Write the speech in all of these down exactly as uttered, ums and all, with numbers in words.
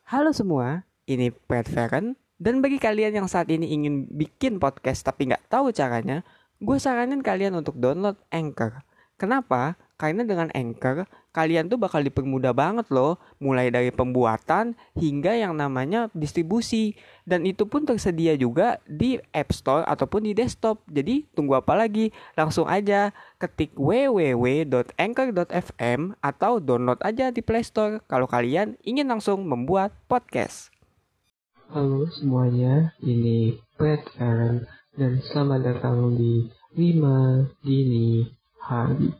Halo semua, ini Pat Feren. Dan bagi kalian yang saat ini ingin bikin podcast tapi nggak tahu caranya, gue saranin kalian untuk download Anchor. Kenapa? Karena dengan Anchor, kalian tuh bakal dipermudah banget loh, mulai dari pembuatan hingga yang namanya distribusi. Dan itu pun tersedia juga di App Store ataupun di desktop. Jadi tunggu apa lagi? Langsung aja ketik w w w dot anchor dot f m atau download aja di Play Store kalau kalian ingin langsung membuat podcast. Halo semuanya, ini Pat Aaron dan selamat datang di lima Dini Hari.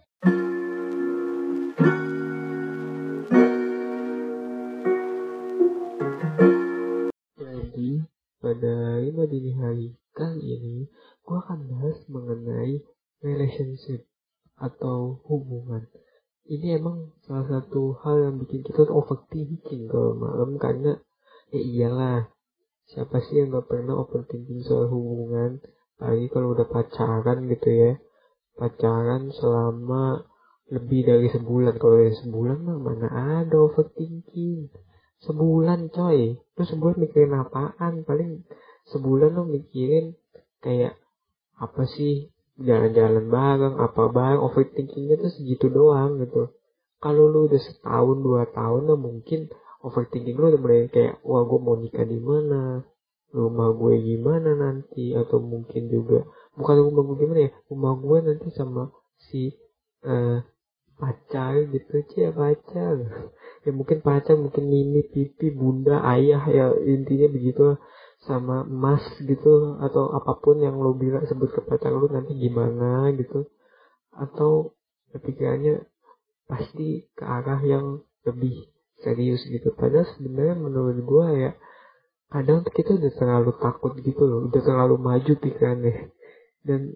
Jadi, pada lima Dini Hari kali ini, gue akan bahas mengenai relationship atau hubungan. Ini emang salah satu hal yang bikin kita overthinking kalau malam karena ya iyalah, siapa sih yang gak pernah overthinking soal hubungan? Apalagi kalau udah pacaran gitu ya. Pacaran selama lebih dari sebulan. Kalau dari sebulan mah mana ada overthinking. Sebulan coy. Lu sebulan mikirin apaan? Paling sebulan lu mikirin kayak apa sih? Jalan-jalan bareng, apa bareng. Overthinkingnya tuh segitu doang gitu. Kalau lu udah setahun, dua tahun lah mungkin overthinking lu udah mulai kayak, wah gue mau nikah di mana, rumah gue gimana nanti, atau mungkin juga bukan rumah gue gimana ya, rumah gue nanti sama si uh, pacar gitu aja pacar. Ya mungkin pacar, mungkin mimi, pipi, bunda, ayah, ya intinya begitu, sama mas gitu, atau apapun yang lo bilang sebut ke pacar lo nanti gimana gitu. Atau pikirannya pasti ke arah yang lebih serius gitu. Padahal sebenarnya menurut gue ya kadang tuh kita udah terlalu takut gitu loh, udah terlalu maju pikirannya. Dan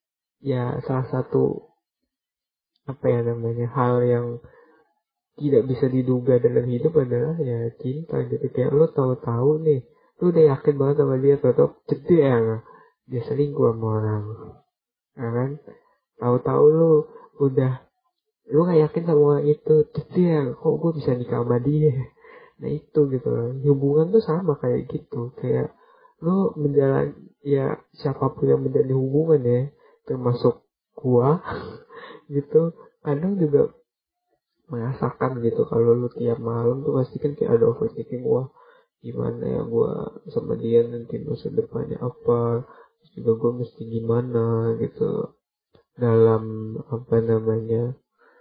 ya salah satu apa ya namanya hal yang tidak bisa diduga dalam hidup adalah ya cinta gitu. Kayak lo tahu-tahu nih, lo udah yakin banget sama dia, tahu-tahu jedar dia selingkuh sama orang, ya kan? Tahu-tahu lo udah, lu gak yakin sama orang itu, jedar kok gue bisa nikah sama dia. Nah itu gitu loh, hubungan tuh sama kayak gitu. Kayak lu menjalani, ya siapapun yang menjalani hubungan ya, termasuk gua gitu, kadang juga merasakan gitu. Kalau lu tiap malam tuh pasti kan kayak ada overthinking, wah gimana ya gua sama dia nanti masa depannya apa, terus juga gua mesti gimana gitu dalam apa namanya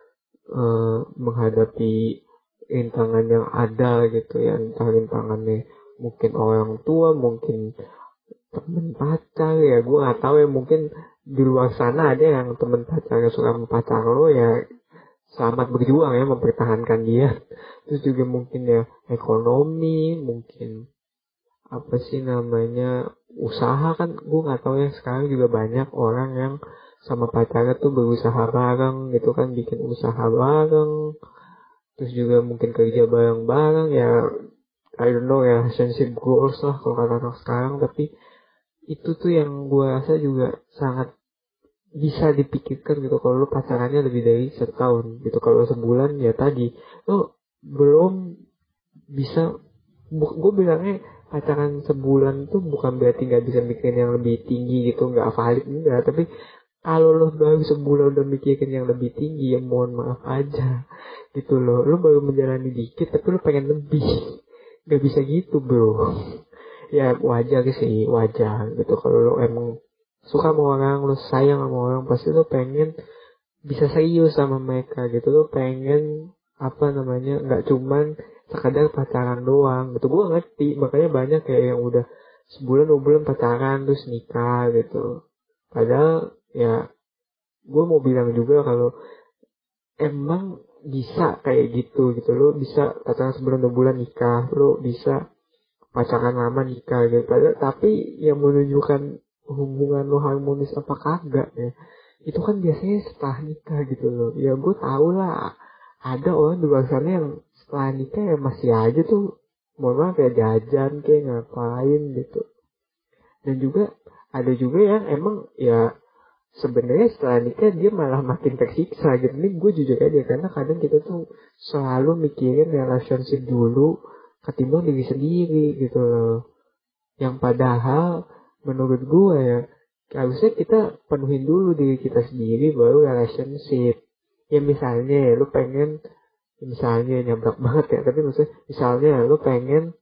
uh, menghadapi rintangan yang ada gitu ya, entah rintangannya mungkin orang tua, mungkin temen pacar, ya gue nggak tahu ya, mungkin di luar sana ada yang temen pacarnya suka sama pacar lo, ya selamat berjuang ya mempertahankan dia. Terus juga mungkin ya ekonomi, mungkin apa sih namanya usaha, kan gue nggak tahu ya, sekarang juga banyak orang yang sama pacarnya tuh berusaha bareng gitu kan, bikin usaha bareng, terus juga mungkin kerja bareng-bareng ya. I don't know ya, relationship goals lah kalau kata-kata sekarang. Tapi itu tuh yang gue rasa juga sangat bisa dipikirkan gitu kalau lo pacarannya lebih dari setahun gitu. Kalau sebulan ya tadi lo belum bisa, bu- gue bilangnya pacaran sebulan tuh bukan berarti nggak bisa mikirin yang lebih tinggi gitu, nggak valid, enggak. Tapi kalau lo baru sebulan udah mikirin yang lebih tinggi, ya mohon maaf aja gitu loh. Lo baru menjalani dikit tapi lo pengen lebih, nggak bisa gitu bro. Ya wajar sih, wajar gitu. Kalau lo emang suka sama orang, lo sayang sama orang, pasti lo pengen bisa serius sama mereka gitu. Lo pengen apa namanya, nggak cuman sekadar pacaran doang gitu. Gue ngerti, makanya banyak kayak yang udah sebulan dua bulan pacaran terus nikah gitu. Padahal ya gue mau bilang juga kalau emang bisa kayak gitu gitu. Lo bisa pacaran sebulan dua bulan nikah, lo bisa pacaran lama nikah gitu. Padahal, tapi yang menunjukkan hubungan lo harmonis apa kagak ya, itu kan biasanya setelah nikah gitu loh. Ya gue tau lah, ada orang di luar sana yang setelah nikah ya masih aja tuh, mohon maaf kayak jajan kayak ngapain gitu. Dan juga ada juga yang emang ya sebenarnya setelah nikah dia malah makin tersiksa gitu. Ini gue jujur aja, karena kadang kita tuh selalu mikirin relationship dulu, ketimbang diri sendiri gitu loh. Yang padahal menurut gue ya harusnya kita penuhin dulu diri kita sendiri baru relationship. Ya misalnya ya lu pengen, misalnya nyablak banget ya, tapi maksudnya misalnya lu pengen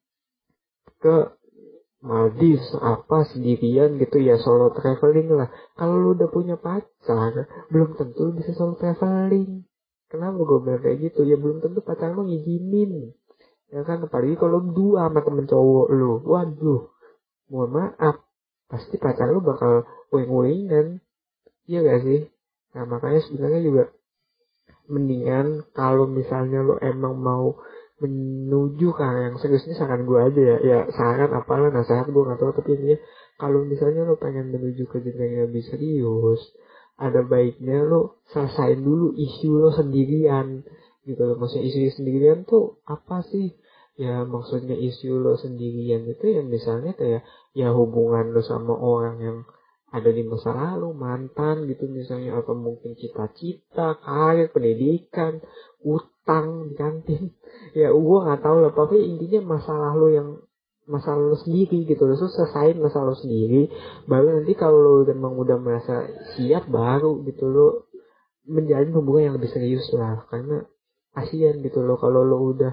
ke Maldives apa sendirian gitu ya, solo traveling lah. Kalau lu udah punya pacar belum tentu lu bisa solo traveling. Kenapa gue bilang kayak gitu? Ya belum tentu pacar lu ngizinin, ya kan, apalagi kalau dua sama temen cowok lu. Waduh, mohon maaf, pasti pacar lu bakal uing-uingan, iya gak sih? Nah makanya sebenarnya juga mendingan kalau misalnya lu emang mau menuju ke arah yang serius, ini saran gue aja ya, ya saran apalah nasihat gue gak tahu, tapi intinya kalau misalnya lu pengen menuju ke jenjang yang lebih serius, ada baiknya lu selesain dulu isu lo sendirian gitu loh. Maksudnya isu sendirian tuh apa sih? Ya maksudnya isu lo sendirian itu yang misalnya kayak ya hubungan lo sama orang yang ada di masa lalu, mantan gitu misalnya, atau mungkin cita-cita, karir, pendidikan, utang di kantin. Ya gue nggak tahu lah, tapi intinya masalah lo yang masalah lo sendiri gitu loh. So, selesain masalah lo sendiri, baru nanti kalau lo memang udah merasa siap, baru gitu lo menjalin hubungan yang lebih serius lah. Karena kasihan gitu loh kalau lo udah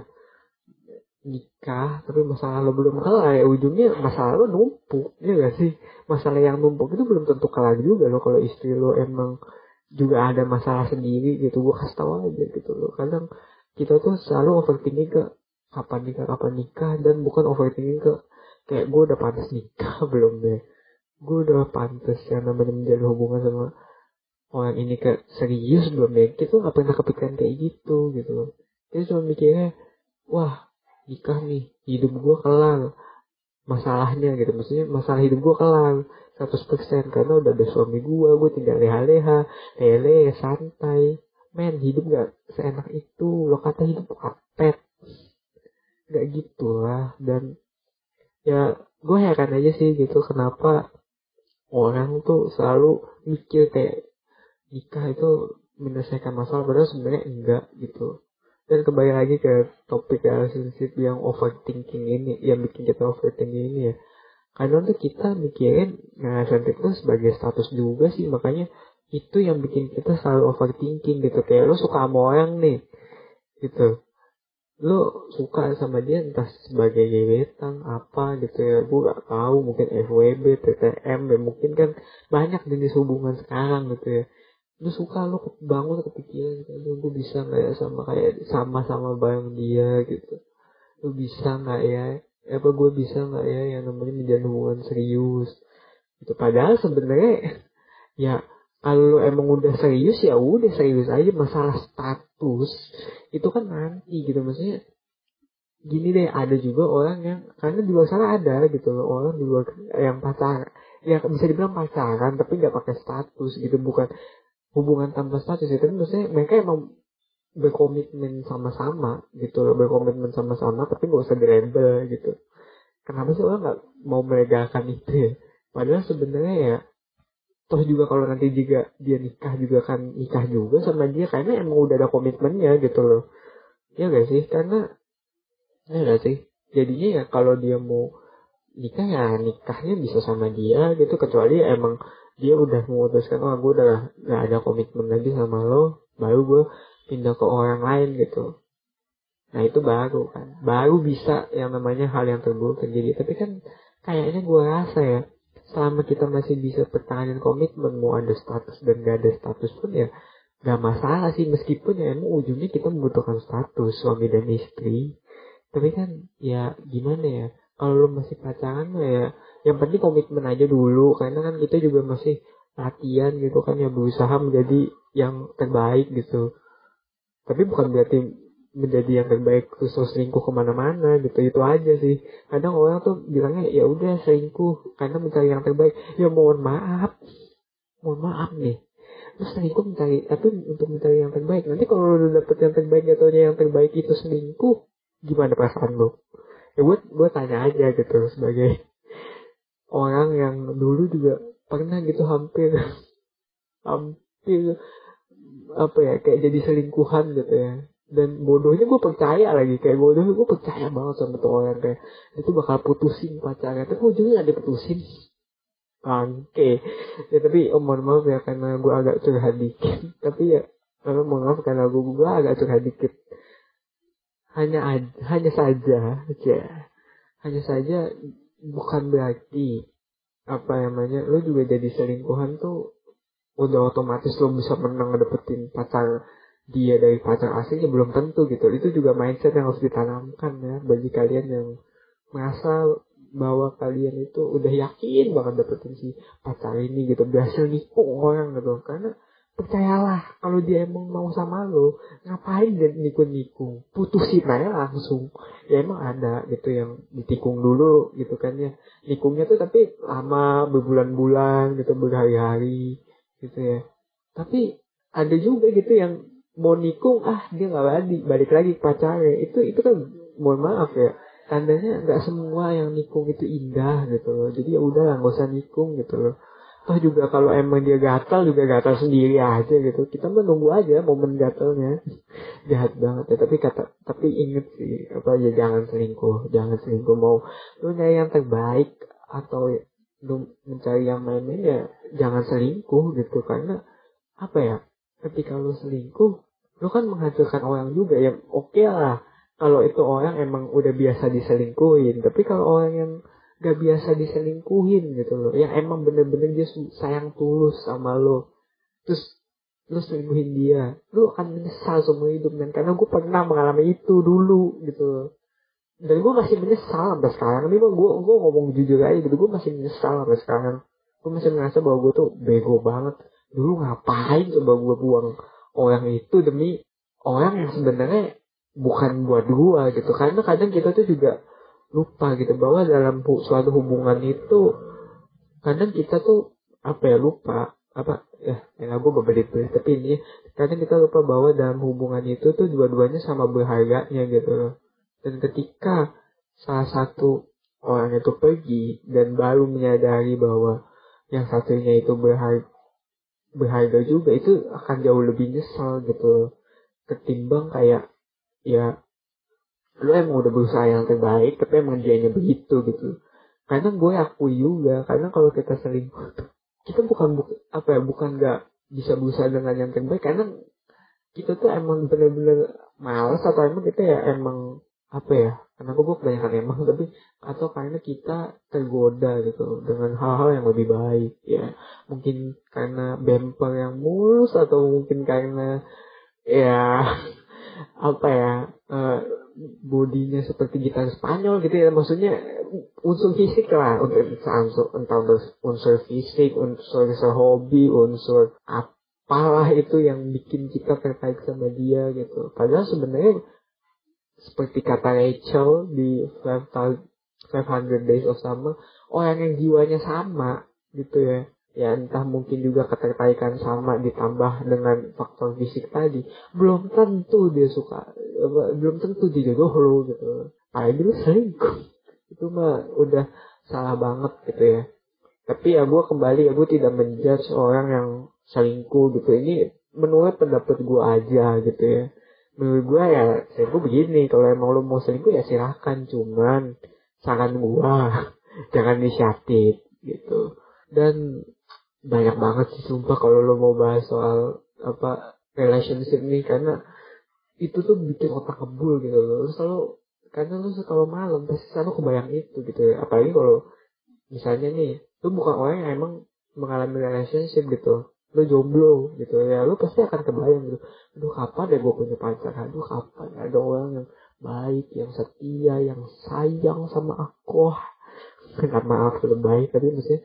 nikah tapi masalah lo belum kelar, ya ujungnya masalah lo numpuk, ya gak sih? Masalah yang numpuk itu belum tentu kelar juga lo kalau istri lo emang juga ada masalah sendiri gitu. Gue kasih tau aja gitu loh, kadang kita tuh selalu overthinking ke kapan nikah kapan nikah, dan bukan overthinking ke kayak gue udah pantas nikah belum deh, gue udah pantas yang namanya menjalin hubungan sama orang ini ke serius belum deh. Kita tuh gak pernah kepikiran kayak gitu gitu loh. Kita cuma mikirnya wah nikah nih, hidup gue kelar masalahnya gitu. Maksudnya masalah hidup gue kelar seratus persen karena udah ada suami gue, gue tinggal leha-leha, lele, santai. Men, hidup gak seenak itu. Lo kata hidup apet, gak gitu lah. Dan ya gue heran aja sih gitu, kenapa orang tuh selalu mikir kayak nikah itu menyelesaikan masalah, padahal sebenarnya enggak gitu. Dan kembali lagi ke topik relationship yang overthinking ini, yang bikin kita overthinking ini ya. Kadang tuh kita mikirin relationship itu sebagai status juga sih, makanya itu yang bikin kita selalu overthinking gitu. Kayak lo suka sama orang nih, gitu. Lo suka sama dia entah sebagai gebetan apa gitu ya, gue gak tahu, mungkin F W B, T T M, ya mungkin kan banyak jenis hubungan sekarang gitu ya. Lu suka, lu bangun kepikiran gitu, gue bisa nggak ya sama kayak sama-sama bareng dia gitu, lu bisa nggak ya, apa gue bisa nggak ya yang namanya menjalin hubungan serius gitu. Padahal sebenarnya ya kalau lu emang udah serius ya udah serius aja, masalah status itu kan nanti gitu. Maksudnya gini deh, ada juga orang yang karena di luar sana ada gitu loh, orang di luar yang pacaran, ya bisa dibilang pacaran tapi nggak pakai status gitu, bukan hubungan tanpa status itu kan. Maksudnya mereka emang berkomitmen sama-sama gitu loh, berkomitmen sama-sama tapi gak usah dirabel gitu. Kenapa sih orang gak mau melegalkan itu ya? Padahal sebenarnya ya toh juga kalau nanti juga dia nikah juga kan nikah juga sama dia karena emang udah ada komitmennya gitu loh, ya gak sih? Karena ya gak sih, jadinya ya kalau dia mau nikah ya nikahnya bisa sama dia gitu, kecuali emang dia udah memutuskan oh gue udah gak ada komitmen lagi sama lo, baru gue pindah ke orang lain gitu. Nah itu baru kan, baru bisa yang namanya hal yang terburuk terjadi. Tapi kan kayaknya gue rasa ya, selama kita masih bisa pertahanan komitmen, mau ada status dan gak ada status pun ya gak masalah sih. Meskipun ya emang ujungnya kita membutuhkan status suami dan istri, tapi kan ya gimana ya, kalau lo masih pacaran ya yang penting komitmen aja dulu, karena kan kita juga masih latihan gitu kan ya, berusaha menjadi yang terbaik gitu. Tapi bukan berarti menjadi yang terbaik terus selingkuh kemana-mana gitu, itu aja sih. Kadang orang tuh bilangnya ya udah selingkuh karena mencari yang terbaik. Ya mohon maaf, mohon maaf nih, lu selingkuh mencari, tapi untuk mencari yang terbaik. Nanti kalau lu udah dapet yang terbaik atau yang terbaik itu selingkuh, gimana perasaan lu? Ya gue gue tanya aja gitu sebagai orang yang dulu juga pernah gitu hampir hampir apa ya kayak jadi selingkuhan gitu ya. Dan bodohnya gue percaya lagi, kayak bodohnya gue percaya banget sama tuh orang kayak itu bakal putusin pacarnya, tapi ujungnya gak diputusin. Oke, ya tapi oh, mohon maaf ya karena gue agak curhat dikit. Tapi ya, kalau mohon maaf karena gue gue agak curhat dikit. Hanya ad, hanya saja, ya, hanya saja bukan berarti apa namanya, lo juga jadi selingkuhan tuh udah otomatis lo bisa menang ngedapetin pacar dia dari pacar aslinya, belum tentu gitu. Itu juga mindset yang harus ditanamkan ya bagi kalian yang merasa bahwa kalian itu udah yakin banget dapetin si pacar ini gitu, berhasil nikung orang gitu. Karena percayalah, kalau dia emang mau sama lo, ngapain dia nikung-nikung, putusin aja langsung. Ya emang ada gitu yang ditikung dulu gitu kan ya, nikungnya tuh tapi lama, berbulan-bulan gitu, berhari-hari gitu ya. Tapi ada juga gitu yang mau nikung, ah dia nggak balik, balik lagi ke pacarnya. Itu itu kan mohon maaf ya, tandanya nggak semua yang nikung itu indah gitu loh. Jadi ya udahlah, nggak usah nikung gitu loh. Toh juga kalau emang dia gatal juga gatal sendiri aja gitu. Kita menunggu aja momen gatalnya. Jahat banget ya. Tapi kata tapi inget sih apa ya, jangan selingkuh, jangan selingkuh. Mau lu nyari yang terbaik atau lu mencari yang main-main ya jangan selingkuh gitu. Karena apa ya, ketika lu selingkuh lu kan menghancurkan orang juga ya. Oke lah kalau itu orang emang udah biasa diselingkuhin, tapi kalau orang yang gak biasa diselingkuhin gitu loh, yang emang bener-bener dia sayang tulus sama lo, terus lu selingkuhin dia, lu akan menyesal seumur hidup men. Karena gue pernah mengalami itu dulu gitu loh, dan gue masih menyesal sampai sekarang. Ini gue gue ngomong jujur aja gitu, gue masih menyesal sampai sekarang. Gue masih ngerasa bahwa gue tuh bego banget dulu, ngapain coba gue buang orang itu demi orang yang sebenarnya bukan buat gue gitu. Karena kadang kita tuh juga lupa gitu bahwa dalam suatu hubungan itu kadang kita tuh apa ya, lupa apa ya, yang gue berbeda tapi ini kadang kita lupa bahwa dalam hubungan itu tuh dua-duanya sama berharganya gitu loh. Dan ketika salah satu orang itu pergi dan baru menyadari bahwa yang satunya itu berharga, berharga juga, itu akan jauh lebih nyesal gitu loh, ketimbang kayak ya lu emang udah berusaha yang terbaik tapi emang dianya begitu gitu. Karena gue akui juga, karena kalau kita selingkuh kita bukan bu, apa ya bukan gak bisa berusaha dengan yang terbaik, karena kita tuh emang bener-bener malas, atau emang kita ya emang apa ya, karena gue kebanyakan emang, tapi atau karena kita tergoda gitu dengan hal-hal yang lebih baik ya. Mungkin karena bumper yang mulus, atau mungkin karena ya apa ya uh, bodinya seperti gitar Spanyol gitu ya. Maksudnya unsur fisik lah, unsur entah unsur fisik, unsur hobi, unsur apalah itu yang bikin kita tertarik sama dia gitu. Padahal sebenarnya seperti kata Rachel di five hundred Days of Summer, orang yang jiwanya sama gitu ya. Ya entah mungkin juga ketertarikan sama ditambah dengan faktor fisik tadi, belum tentu dia suka, belum tentu dia jodoh lo gitu. Apalagi lu selingkuh, itu mah udah salah banget gitu ya. Tapi ya gue kembali ya, gue tidak menjudge orang yang selingkuh gitu. Ini menurut pendapat gue aja gitu ya. Menurut gue ya selingkuh begini, kalau emang lo mau selingkuh ya silahkan, cuman saran gue jangan inisiatif gitu. Dan banyak banget sih sumpah kalau lo mau bahas soal apa relationship nih, karena itu tuh bikin otak kebul gitu loh. Lo selalu, karena lo kalau malam pasti selalu kebayang itu gitu ya. Apalagi kalau misalnya nih lo bukan orang yang emang mengalami relationship gitu, lo jomblo gitu ya, lo pasti akan kebayang gitu, aduh kapan deh gue punya pacar, aduh kapan ada orang yang baik, yang setia, yang sayang sama aku. Nggak, maaf udah baik, tapi maksudnya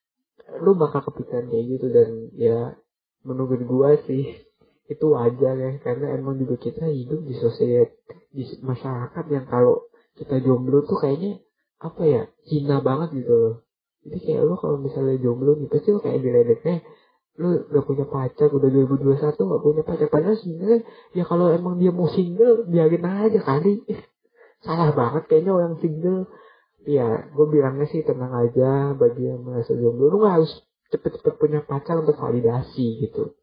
lu bakal kepikiran kayak gitu. Dan ya menurut gua sih itu wajar ya, karena emang juga kita hidup di sosial, di masyarakat yang kalau kita jomblo tuh kayaknya apa ya, hina banget gitu loh. Jadi kayak lu kalau misalnya jomblo nih pasti lu kayak diledeknya, lu gak punya pacar udah dua ribu dua puluh satu gak punya pacar. Padahal sebenarnya ya kalau emang dia mau single biarin aja kali. Salah banget kayaknya orang single. Ya, gue bilangnya sih tenang aja bagi yang merasa jomblo. Lu gak harus cepet-cepet punya pacar untuk validasi gitu.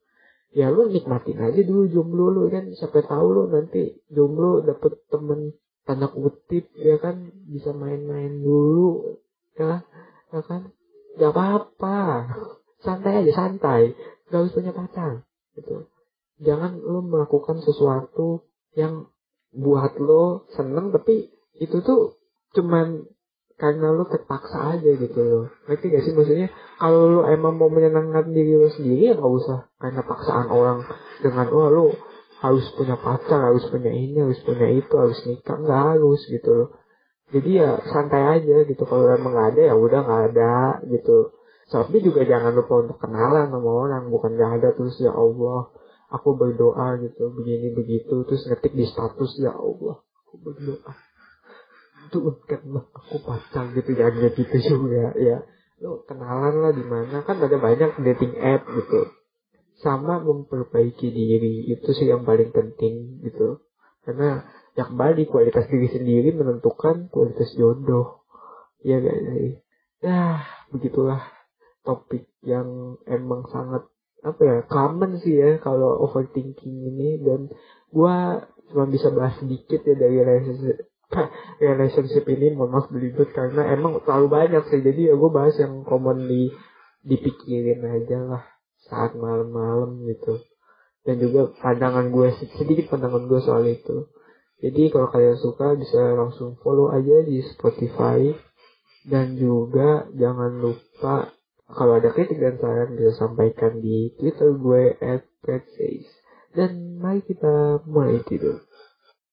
ya lu nikmatin aja dulu jomblo lu kan, siapa tahu lu nanti jomblo dapet temen tanda kutip ya kan, bisa main-main dulu ya, ya kan, gak apa-apa, santai aja, santai, gak harus punya pacar gitu. Jangan lu melakukan sesuatu yang buat lo seneng tapi itu tuh cuman karena lo terpaksa aja gitu loh. Ngerti gak sih maksudnya? Kalau lo emang mau menyenangkan diri lo sendiri ya gak usah karena paksaan orang dengan wah lo harus punya pacar, harus punya ini, harus punya itu, harus nikah. Nggak harus gitu loh. Jadi ya santai aja gitu. Kalau emang gak ada ya udah gak ada gitu. Tapi juga jangan lupa untuk kenalan sama orang. Bukan gak ada terus ya Allah aku berdoa gitu begini begitu terus ngetik di status ya Allah aku berdoa tuh karena aku pacar gitu, jangan gitu juga ya. Lo kenalan lah di mana, kan ada banyak dating app gitu. Sama memperbaiki diri itu sih yang paling penting gitu. Karena yang kembali kualitas diri sendiri menentukan kualitas jodoh. Ya guys. Ya begitulah topik yang emang sangat apa ya common sih ya kalau overthinking ini, dan gua cuma bisa bahas sedikit ya dari relationship relationship ini, mohon maaf belibet karena emang terlalu banyak sih, jadi ya gue bahas yang commonly dipikirin aja lah saat malam-malam gitu, dan juga pandangan gue sedikit pandangan gue soal itu. Jadi kalau kalian suka bisa langsung follow aja di Spotify, dan juga jangan lupa kalau ada kritik dan saran bisa sampaikan di Twitter gue at petsays. Dan mari kita mulai tidur.